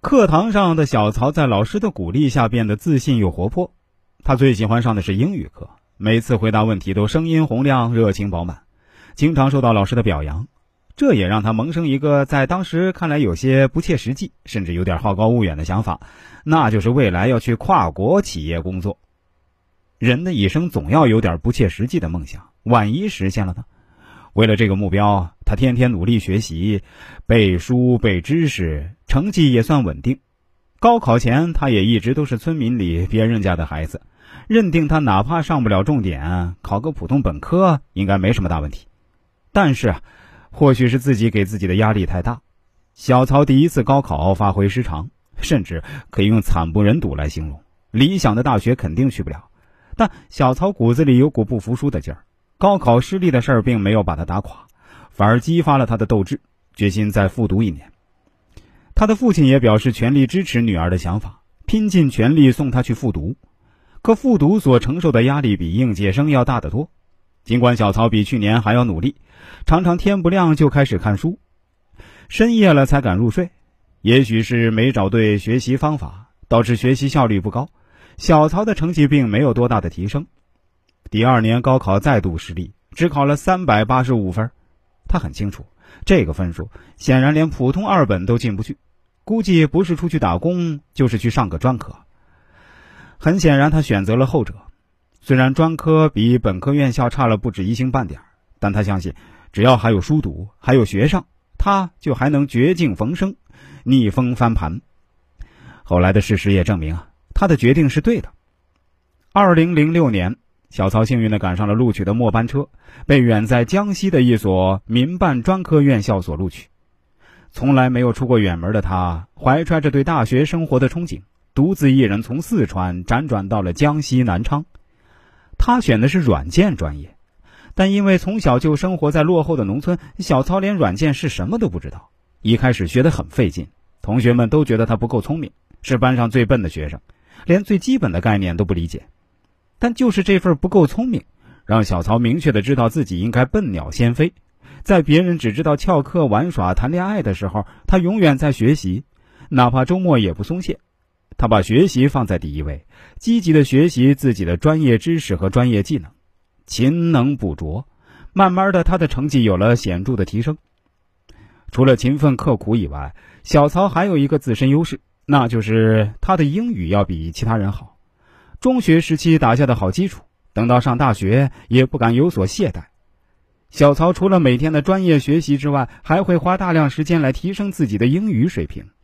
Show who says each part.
Speaker 1: 课堂上的小曹在老师的鼓励下变得自信又活泼。他最喜欢上的是英语课，每次回答问题都声音洪亮，热情饱满，经常受到老师的表扬。这也让他萌生一个在当时看来有些不切实际，甚至有点好高骛远的想法，那就是未来要去跨国企业工作。人的一生总要有点不切实际的梦想，万一实现了呢？为了这个目标，他天天努力学习，背书背知识，成绩也算稳定。高考前他也一直都是村民里别人家的孩子，认定他哪怕上不了重点，考个普通本科应该没什么大问题。但是或许是自己给自己的压力太大，小曹第一次高考发挥失常，甚至可以用惨不忍睹来形容。理想的大学肯定去不了，但小曹骨子里有股不服输的劲儿。高考失利的事儿并没有把他打垮，反而激发了他的斗志，决心再复读1年。他的父亲也表示全力支持女儿的想法，拼尽全力送她去复读。可复读所承受的压力比应届生要大得多。尽管小曹比去年还要努力，常常天不亮就开始看书，深夜了才敢入睡。也许是没找对学习方法，导致学习效率不高，小曹的成绩并没有多大的提升。第2年高考再度失利，只考了385分。他很清楚，这个分数显然连普通2本都进不去，估计不是出去打工，就是去上个专科。很显然他选择了后者。虽然专科比本科院校差了不止1星半点，但他相信只要还有书读，还有学上，他就还能绝境逢生，逆风翻盘。后来的事实也证明他的决定是对的。2006年，小曹幸运地赶上了录取的末班车，被远在江西的一所民办专科院校所录取。从来没有出过远门的他，怀揣着对大学生活的憧憬，独自一人从四川辗转到了江西南昌。他选的是软件专业，但因为从小就生活在落后的农村，小曹连软件是什么都不知道。一开始学得很费劲，同学们都觉得他不够聪明，是班上最笨的学生，连最基本的概念都不理解。但就是这份不够聪明，让小曹明确地知道自己应该笨鸟先飞。在别人只知道翘课玩耍谈恋爱的时候，他永远在学习，哪怕周末也不松懈。他把学习放在第一位，积极地学习自己的专业知识和专业技能，勤能补拙。慢慢的，他的成绩有了显著的提升。除了勤奋刻苦以外，小曹还有一个自身优势，那就是他的英语要比其他人好。中学时期打下的好基础，等到上大学也不敢有所懈怠。小曹除了每天的专业学习之外，还会花大量时间来提升自己的英语水平，